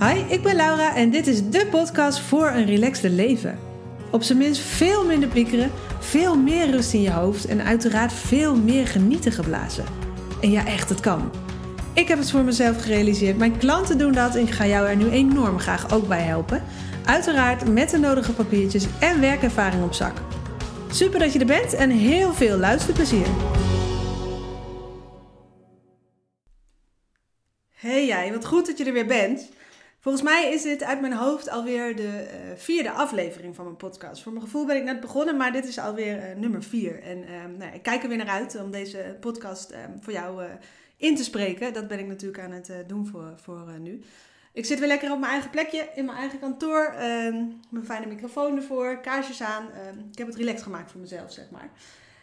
Hi, ik ben Laura en dit is de podcast voor een relaxter leven. Op zijn minst veel minder piekeren, veel meer rust in je hoofd en uiteraard veel meer genieten geblazen. En ja, echt, het kan. Ik heb het voor mezelf gerealiseerd, mijn klanten doen dat en ik ga jou er nu enorm graag ook bij helpen. Uiteraard met de nodige papiertjes en werkervaring op zak. Super dat je er bent en heel veel luisterplezier. Hey jij, wat goed dat je er weer bent. Volgens mij is dit uit mijn hoofd alweer de vierde aflevering van mijn podcast. Voor mijn gevoel ben ik net begonnen, maar dit is alweer nummer 4. En ik kijk er weer naar uit om deze podcast voor jou in te spreken. Dat ben ik natuurlijk aan het doen voor nu. Ik zit weer lekker op mijn eigen plekje, in mijn eigen kantoor. Mijn fijne microfoon ervoor, kaarsjes aan. Ik heb het relaxed gemaakt voor mezelf, zeg maar.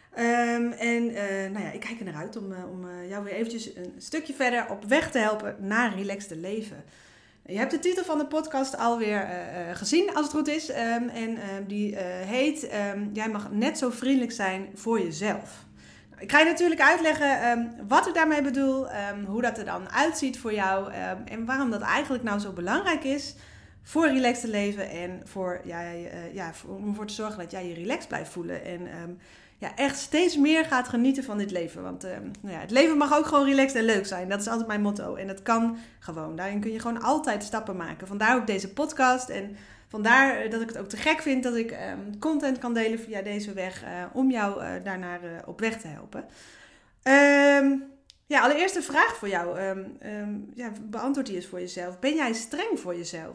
Ik kijk er naar uit om jou weer eventjes een stukje verder op weg te helpen naar relaxte leven. Je hebt de titel van de podcast alweer gezien, als het goed is. Die heet Jij mag net zo vriendelijk zijn voor jezelf. Nou, ik ga je natuurlijk uitleggen wat ik daarmee bedoel. Hoe dat er dan uitziet voor jou. En waarom dat eigenlijk nou zo belangrijk is voor relaxed te leven. En om ervoor te zorgen dat jij je relaxed blijft voelen. En echt steeds meer gaat genieten van dit leven. Want het leven mag ook gewoon relaxed en leuk zijn. Dat is altijd mijn motto. En dat kan gewoon. Daarin kun je gewoon altijd stappen maken. Vandaar ook deze podcast. En vandaar dat ik het ook te gek vind dat ik content kan delen via deze weg. Om jou daarnaar op weg te helpen. Allereerst een vraag voor jou. Beantwoord die eens voor jezelf. Ben jij streng voor jezelf?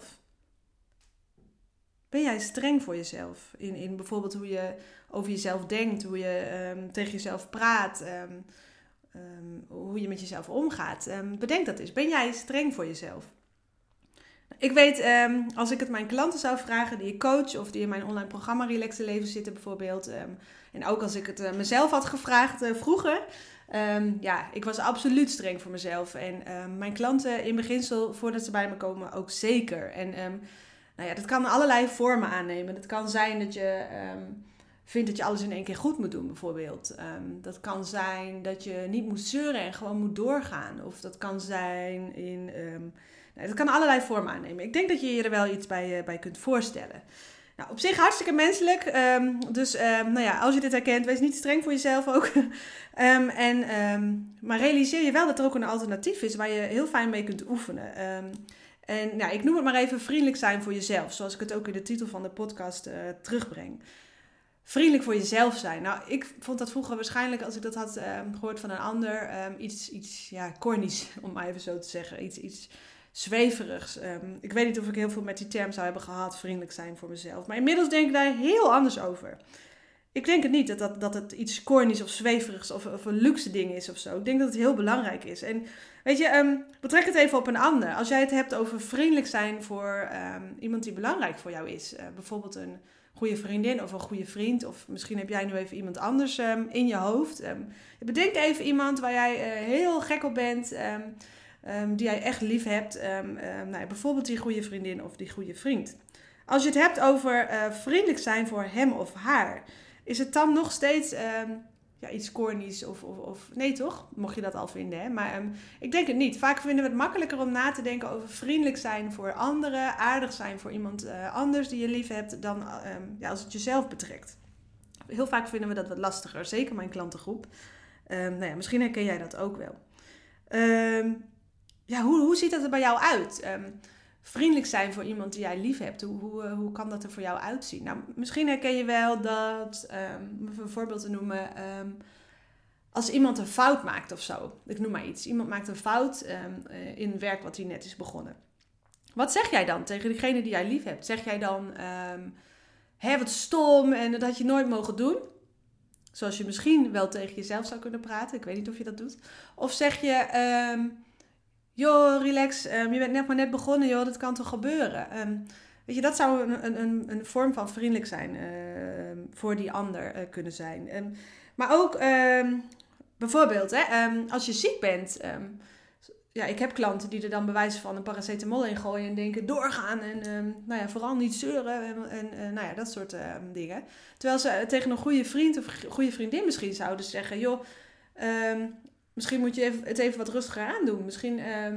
Ben jij streng voor jezelf? In bijvoorbeeld hoe je over jezelf denkt, hoe je tegen jezelf praat, hoe je met jezelf omgaat. Bedenk dat eens. Ben jij streng voor jezelf? Ik weet, als ik het mijn klanten zou vragen die ik coach of die in mijn online programma Relaxte Leven zitten bijvoorbeeld. En ook als ik het mezelf had gevraagd vroeger. Ik was absoluut streng voor mezelf. En mijn klanten in beginsel, voordat ze bij me komen, ook zeker. En dat kan allerlei vormen aannemen. Het kan zijn dat je vindt dat je alles in één keer goed moet doen, bijvoorbeeld. Dat kan zijn dat je niet moet zeuren en gewoon moet doorgaan. Of dat kan zijn dat kan allerlei vormen aannemen. Ik denk dat je je er wel iets bij kunt voorstellen. Nou, op zich hartstikke menselijk. Als je dit herkent, wees niet streng voor jezelf ook. Maar realiseer je wel dat er ook een alternatief is waar je heel fijn mee kunt oefenen. Ik noem het maar even vriendelijk zijn voor jezelf. Zoals ik het ook in de titel van de podcast terugbreng. Vriendelijk voor jezelf zijn. Nou, ik vond dat vroeger waarschijnlijk, als ik dat had gehoord van een ander, iets cornies, om maar even zo te zeggen. Iets zweverigs. Ik weet niet of ik heel veel met die term zou hebben gehad, vriendelijk zijn voor mezelf. Maar inmiddels denk ik daar heel anders over. Ik denk het niet dat het iets cornies of zweverigs of een luxe ding is of zo. Ik denk dat het heel belangrijk is. En weet je, betrek het even op een ander. Als jij het hebt over vriendelijk zijn voor iemand die belangrijk voor jou is. Bijvoorbeeld een goede vriendin of een goede vriend. Of misschien heb jij nu even iemand anders in je hoofd. Bedenk even iemand waar jij heel gek op bent. Die jij echt lief hebt. Bijvoorbeeld die goede vriendin of die goede vriend. Als je het hebt over vriendelijk zijn voor hem of haar. Is het dan nog steeds iets cornies of... Nee toch? Mocht je dat al vinden. Hè? Maar ik denk het niet. Vaak vinden we het makkelijker om na te denken over vriendelijk zijn voor anderen. Aardig zijn voor iemand anders die je lief hebt. Dan als het jezelf betrekt. Heel vaak vinden we dat wat lastiger. Zeker mijn klantengroep. Misschien herken jij dat ook wel. Hoe ziet dat er bij jou uit? Vriendelijk zijn voor iemand die jij lief hebt. Hoe kan dat er voor jou uitzien? Nou, misschien herken je wel dat, om even een voorbeeld te noemen, als iemand een fout maakt of zo. Ik noem maar iets. Iemand maakt een fout in het werk wat hij net is begonnen. Wat zeg jij dan tegen degene die jij lief hebt? Zeg jij dan, wat stom en dat had je nooit mogen doen? Zoals je misschien wel tegen jezelf zou kunnen praten. Ik weet niet of je dat doet. Of zeg je... joh, relax, je bent net begonnen, joh, dat kan toch gebeuren. Dat zou een vorm van vriendelijk zijn voor die ander kunnen zijn. Maar ook bijvoorbeeld, als je ziek bent. Ik heb klanten die er dan bij wijze van een paracetamol in gooien en denken doorgaan. En vooral niet zeuren en dat soort dingen. Terwijl ze tegen een goede vriend of goede vriendin misschien zouden zeggen, joh... Misschien moet je het even wat rustiger aandoen. Misschien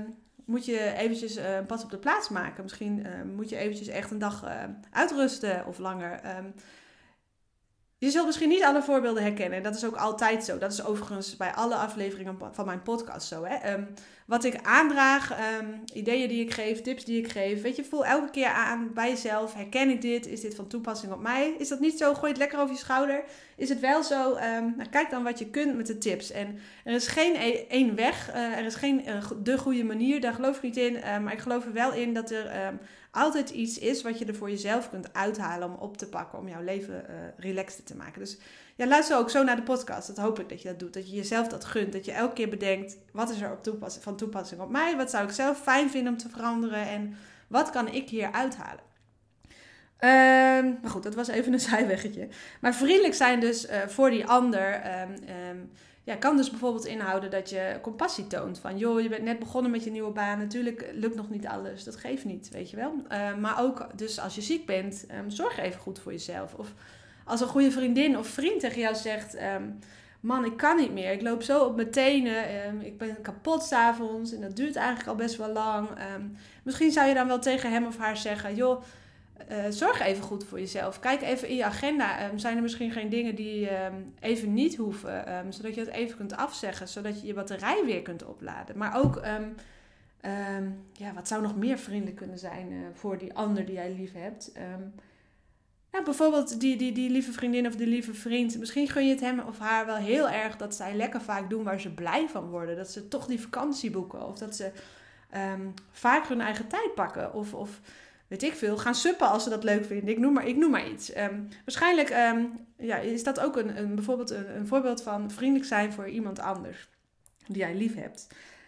moet je eventjes een pas op de plaats maken. Misschien moet je eventjes echt een dag uitrusten of langer. Je zult misschien niet alle voorbeelden herkennen. Dat is ook altijd zo. Dat is overigens bij alle afleveringen van mijn podcast zo. Hè? Wat ik aandraag, ideeën die ik geef, tips die ik geef. Weet je, voel elke keer aan bij jezelf. Herken ik dit? Is dit van toepassing op mij? Is dat niet zo? Gooi het lekker over je schouder. Is het wel zo? Nou, kijk dan wat je kunt met de tips. En er is geen één weg. Er is geen de goede manier. Daar geloof ik niet in. Maar ik geloof er wel in dat er altijd iets is wat je er voor jezelf kunt uithalen om op te pakken. Om jouw leven relaxter te maken. Dus ja, luister ook zo naar de podcast. Dat hoop ik dat je dat doet. Dat je jezelf dat gunt. Dat je elke keer bedenkt, wat is er van toepassing op mij? Wat zou ik zelf fijn vinden om te veranderen? En wat kan ik hier uithalen? Maar goed, dat was even een zijweggetje. Maar vriendelijk zijn dus voor die ander kan dus bijvoorbeeld inhouden dat je compassie toont. Van joh, je bent net begonnen met je nieuwe baan. Natuurlijk lukt nog niet alles. Dat geeft niet, weet je wel. Maar ook dus als je ziek bent, zorg even goed voor jezelf. Of als een goede vriendin of vriend tegen jou zegt, man, ik kan niet meer. Ik loop zo op mijn tenen. Ik ben kapot 's avonds en dat duurt eigenlijk al best wel lang. Misschien zou je dan wel tegen hem of haar zeggen, joh, zorg even goed voor jezelf. Kijk even in je agenda. Zijn er misschien geen dingen die even niet hoeven? Zodat je het even kunt afzeggen. Zodat je je batterij weer kunt opladen. Maar ook, wat zou nog meer vriendelijk kunnen zijn voor die ander die jij lief hebt? Bijvoorbeeld die lieve vriendin of die lieve vriend. Misschien gun je het hem of haar wel heel erg dat zij lekker vaak doen waar ze blij van worden. Dat ze toch die vakantie boeken. Of dat ze vaak hun eigen tijd pakken. Of weet ik veel, gaan suppen als ze dat leuk vinden. Ik noem maar iets. Waarschijnlijk is dat ook bijvoorbeeld een voorbeeld van vriendelijk zijn voor iemand anders die jij lief hebt.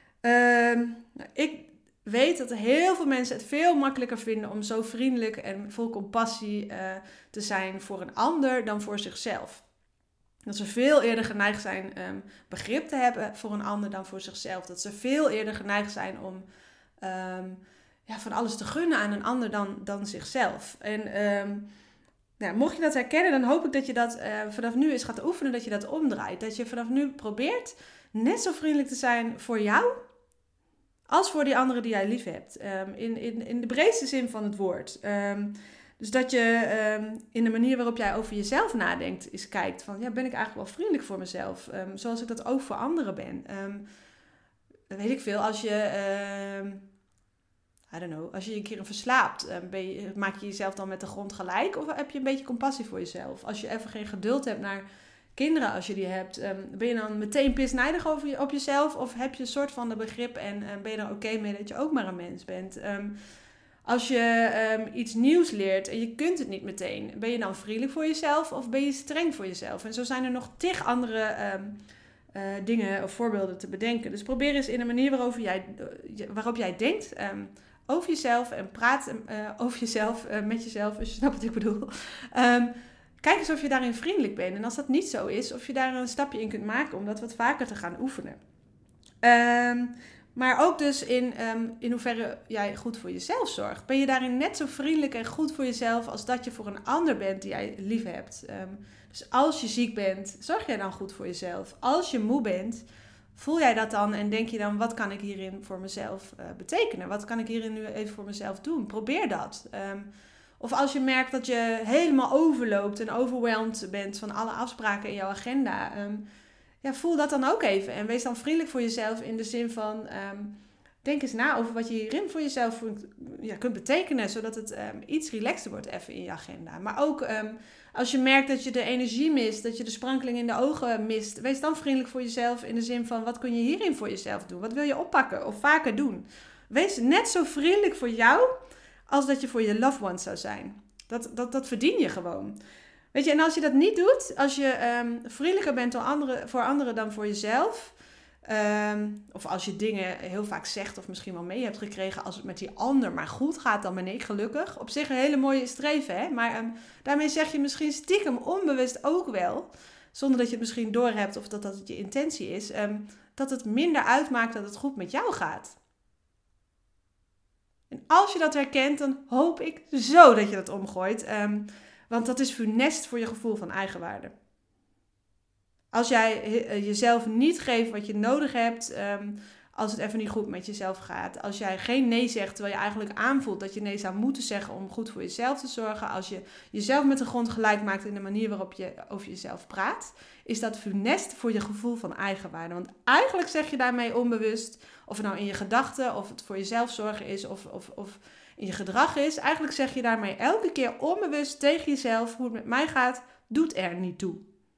Ik weet dat heel veel mensen het veel makkelijker vinden om zo vriendelijk en vol compassie te zijn voor een ander dan voor zichzelf. Dat ze veel eerder geneigd zijn begrip te hebben voor een ander dan voor zichzelf. Dat ze veel eerder geneigd zijn om van alles te gunnen aan een ander dan zichzelf. En mocht je dat herkennen, dan hoop ik dat je dat vanaf nu eens gaat oefenen, dat je dat omdraait. Dat je vanaf nu probeert net zo vriendelijk te zijn voor jou als voor die anderen die jij lief hebt. In de breedste zin van het woord. Dus dat je in de manier waarop jij over jezelf nadenkt, eens kijkt van, ben ik eigenlijk wel vriendelijk voor mezelf? Zoals ik dat ook voor anderen ben. Weet ik veel, als je als je een keer verslaapt, maak je jezelf dan met de grond gelijk? Of heb je een beetje compassie voor jezelf? Als je even geen geduld hebt naar kinderen, als je die hebt, ben je dan meteen pisnijdig op jezelf? Of heb je een soort van de begrip en ben je er oké mee dat je ook maar een mens bent? Als je iets nieuws leert en je kunt het niet meteen, ben je dan vriendelijk voor jezelf of ben je streng voor jezelf? En zo zijn er nog tig andere dingen of voorbeelden te bedenken. Dus probeer eens in de manier waarop jij denkt over jezelf en praat over jezelf, met jezelf, als je snapt wat ik bedoel. Kijk eens of je daarin vriendelijk bent. En als dat niet zo is, of je daar een stapje in kunt maken om dat wat vaker te gaan oefenen. Maar ook dus in hoeverre jij goed voor jezelf zorgt. Ben je daarin net zo vriendelijk en goed voor jezelf als dat je voor een ander bent die jij lief hebt. Dus als je ziek bent, zorg jij dan goed voor jezelf. Als je moe bent, voel jij dat dan en denk je dan, wat kan ik hierin voor mezelf betekenen? Wat kan ik hierin nu even voor mezelf doen? Probeer dat. Of als je merkt dat je helemaal overloopt en overwhelmed bent van alle afspraken in jouw agenda. Voel dat dan ook even. En wees dan vriendelijk voor jezelf in de zin van, denk eens na over wat je hierin voor jezelf kunt betekenen. Zodat het iets relaxter wordt even in je agenda. Maar ook als je merkt dat je de energie mist, dat je de sprankeling in de ogen mist. Wees dan vriendelijk voor jezelf in de zin van, wat kun je hierin voor jezelf doen? Wat wil je oppakken of vaker doen? Wees net zo vriendelijk voor jou als dat je voor je loved ones zou zijn. Dat verdien je gewoon. Weet je, en als je dat niet doet, als je vriendelijker bent voor anderen dan voor jezelf, of als je dingen heel vaak zegt of misschien wel mee hebt gekregen, als het met die ander maar goed gaat, dan ben ik gelukkig. Op zich een hele mooie streven, hè? Maar daarmee zeg je misschien stiekem onbewust ook wel, zonder dat je het misschien doorhebt of dat het je intentie is, dat het minder uitmaakt dat het goed met jou gaat. En als je dat herkent, dan hoop ik zo dat je dat omgooit. Want dat is funest voor je gevoel van eigenwaarde. Als jij jezelf niet geeft wat je nodig hebt. als het even niet goed met jezelf gaat. Als jij geen nee zegt, terwijl je eigenlijk aanvoelt dat je nee zou moeten zeggen om goed voor jezelf te zorgen. Als je jezelf met de grond gelijk maakt in de manier waarop je over jezelf praat, is dat funest voor je gevoel van eigenwaarde. Want eigenlijk zeg je daarmee onbewust, of het nou in je gedachten, of het voor jezelf zorgen is, of in je gedrag is. Eigenlijk zeg je daarmee elke keer onbewust tegen jezelf, hoe het met mij gaat, doet er niet toe.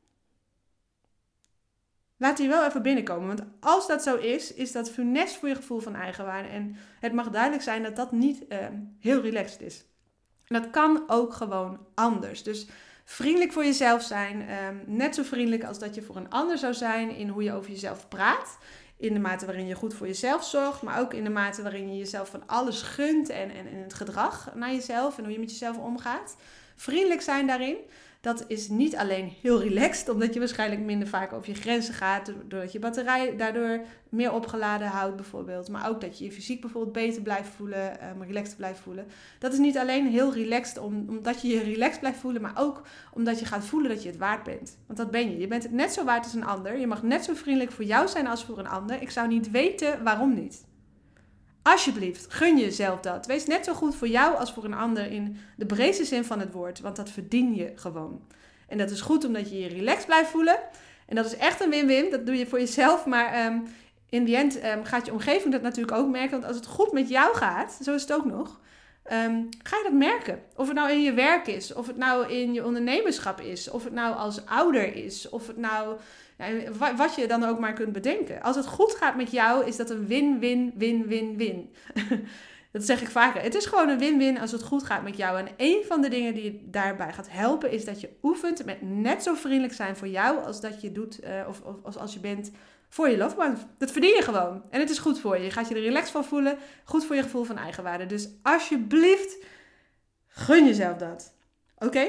Laat die wel even binnenkomen. Want als dat zo is dat funest voor je gevoel van eigenwaarde. En het mag duidelijk zijn dat dat niet heel relaxed is. En dat kan ook gewoon anders. Dus vriendelijk voor jezelf zijn. Net zo vriendelijk als dat je voor een ander zou zijn in hoe je over jezelf praat. In de mate waarin je goed voor jezelf zorgt. Maar ook in de mate waarin je jezelf van alles gunt. En het gedrag naar jezelf. En hoe je met jezelf omgaat. Vriendelijk zijn daarin. Dat is niet alleen heel relaxed, omdat je waarschijnlijk minder vaak over je grenzen gaat, doordat je batterij daardoor meer opgeladen houdt bijvoorbeeld. Maar ook dat je je fysiek bijvoorbeeld beter blijft voelen, relaxed blijft voelen. Dat is niet alleen heel relaxed omdat je je relaxed blijft voelen, maar ook omdat je gaat voelen dat je het waard bent. Want dat ben je. Je bent het net zo waard als een ander. Je mag net zo vriendelijk voor jou zijn als voor een ander. Ik zou niet weten waarom niet. Alsjeblieft, gun jezelf dat. Wees net zo goed voor jou als voor een ander in de breedste zin van het woord. Want dat verdien je gewoon. En dat is goed omdat je je relaxed blijft voelen. En dat is echt een win-win. Dat doe je voor jezelf. Maar in die end gaat je omgeving dat natuurlijk ook merken. Want als het goed met jou gaat, zo is het ook nog, ga je dat merken. Of het nou in je werk is. Of het nou in je ondernemerschap is. Of het nou als ouder is. Of het nou, wat je dan ook maar kunt bedenken. Als het goed gaat met jou, is dat een win-win-win-win-win. Dat zeg ik vaker. Het is gewoon een win-win als het goed gaat met jou. En een van de dingen die je daarbij gaat helpen, is dat je oefent met net zo vriendelijk zijn voor jou als dat je doet, of als je bent voor je loved one. Dat verdien je gewoon. En het is goed voor je. Je gaat je er relaxed van voelen. Goed voor je gevoel van eigenwaarde. Dus alsjeblieft, gun jezelf dat. Oké?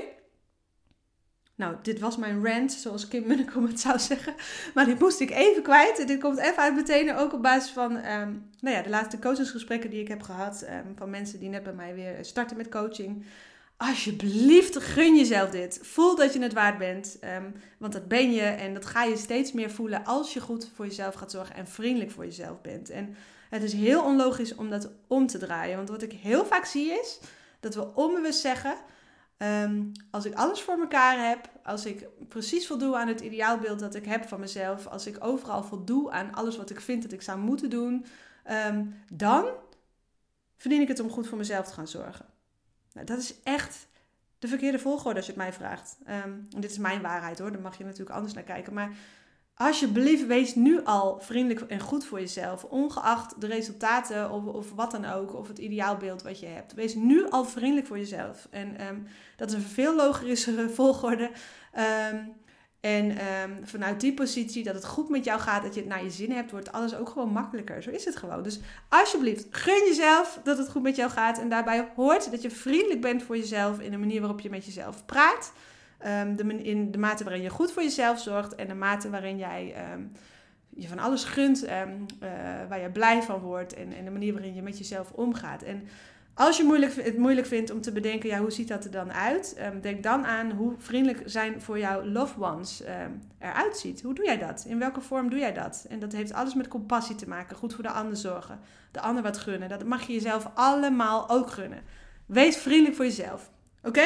Nou, dit was mijn rant, zoals Kim Munnekom het zou zeggen. Maar dit moest ik even kwijt. Dit komt even uit mijn tenen, ook op basis van de laatste coachingsgesprekken die ik heb gehad. Van mensen die net bij mij weer starten met coaching. Alsjeblieft, gun jezelf dit. Voel dat je het waard bent. Want dat ben je en dat ga je steeds meer voelen als je goed voor jezelf gaat zorgen en vriendelijk voor jezelf bent. En het is heel onlogisch om dat om te draaien. Want wat ik heel vaak zie is dat we onbewust zeggen, als ik alles voor elkaar heb, als ik precies voldoe aan het ideaalbeeld dat ik heb van mezelf, als ik overal voldoe aan alles wat ik vind dat ik zou moeten doen, dan verdien ik het om goed voor mezelf te gaan zorgen. Nou, dat is echt de verkeerde volgorde als je het mij vraagt. Dit is mijn waarheid hoor, daar mag je natuurlijk anders naar kijken. Maar alsjeblieft, wees nu al vriendelijk en goed voor jezelf. Ongeacht de resultaten of wat dan ook, of het ideaalbeeld wat je hebt. Wees nu al vriendelijk voor jezelf. En dat is een veel logischere volgorde. Vanuit die positie, dat het goed met jou gaat, dat je het naar je zin hebt, wordt alles ook gewoon makkelijker. Zo is het gewoon. Dus alsjeblieft, gun jezelf dat het goed met jou gaat. En daarbij hoort dat je vriendelijk bent voor jezelf in de manier waarop je met jezelf praat. In de mate waarin je goed voor jezelf zorgt en de mate waarin jij je van alles gunt, waar je blij van wordt en de manier waarin je met jezelf omgaat. En als je het moeilijk vindt om te bedenken, ja, hoe ziet dat er dan uit? Denk dan aan hoe vriendelijk zijn voor jouw loved ones eruit ziet. Hoe doe jij dat? In welke vorm doe jij dat? En dat heeft alles met compassie te maken. Goed voor de ander zorgen. De ander wat gunnen. Dat mag je jezelf allemaal ook gunnen. Wees vriendelijk voor jezelf. Oké?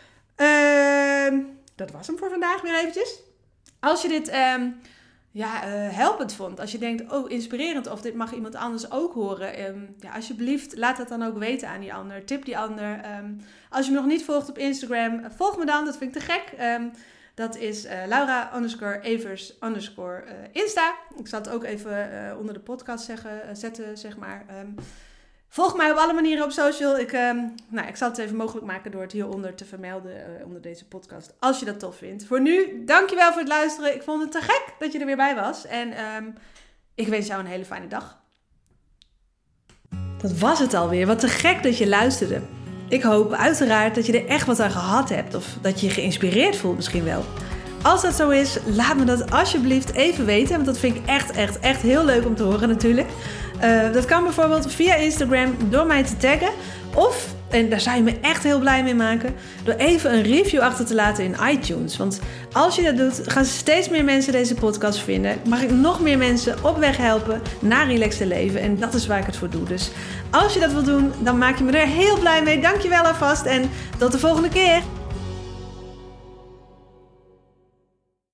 Dat was hem voor vandaag weer eventjes. Als je dit helpend vond. Als je denkt, oh, inspirerend, of dit mag iemand anders ook horen. Alsjeblieft, laat dat dan ook weten aan die ander. Tip die ander. Als je me nog niet volgt op Instagram, volg me dan. Dat vind ik te gek. Dat is Laura_Evers_Insta. Ik zal het ook even onder de podcast zetten, zeg maar. Volg mij op alle manieren op social. Ik zal het even mogelijk maken door het hieronder te vermelden onder deze podcast. Als je dat tof vindt. Voor nu, dankjewel voor het luisteren. Ik vond het te gek dat je er weer bij was. En ik wens jou een hele fijne dag. Dat was het alweer. Wat te gek dat je luisterde. Ik hoop uiteraard dat je er echt wat aan gehad hebt. Of dat je je geïnspireerd voelt misschien wel. Als dat zo is, laat me dat alsjeblieft even weten. Want dat vind ik echt heel leuk om te horen natuurlijk. Dat kan bijvoorbeeld via Instagram door mij te taggen. Of, en daar zou je me echt heel blij mee maken, door even een review achter te laten in iTunes. Want als je dat doet, gaan steeds meer mensen deze podcast vinden. Mag ik nog meer mensen op weg helpen naar relaxed leven. En dat is waar ik het voor doe. Dus als je dat wil doen, dan maak je me er heel blij mee. Dankjewel alvast en tot de volgende keer.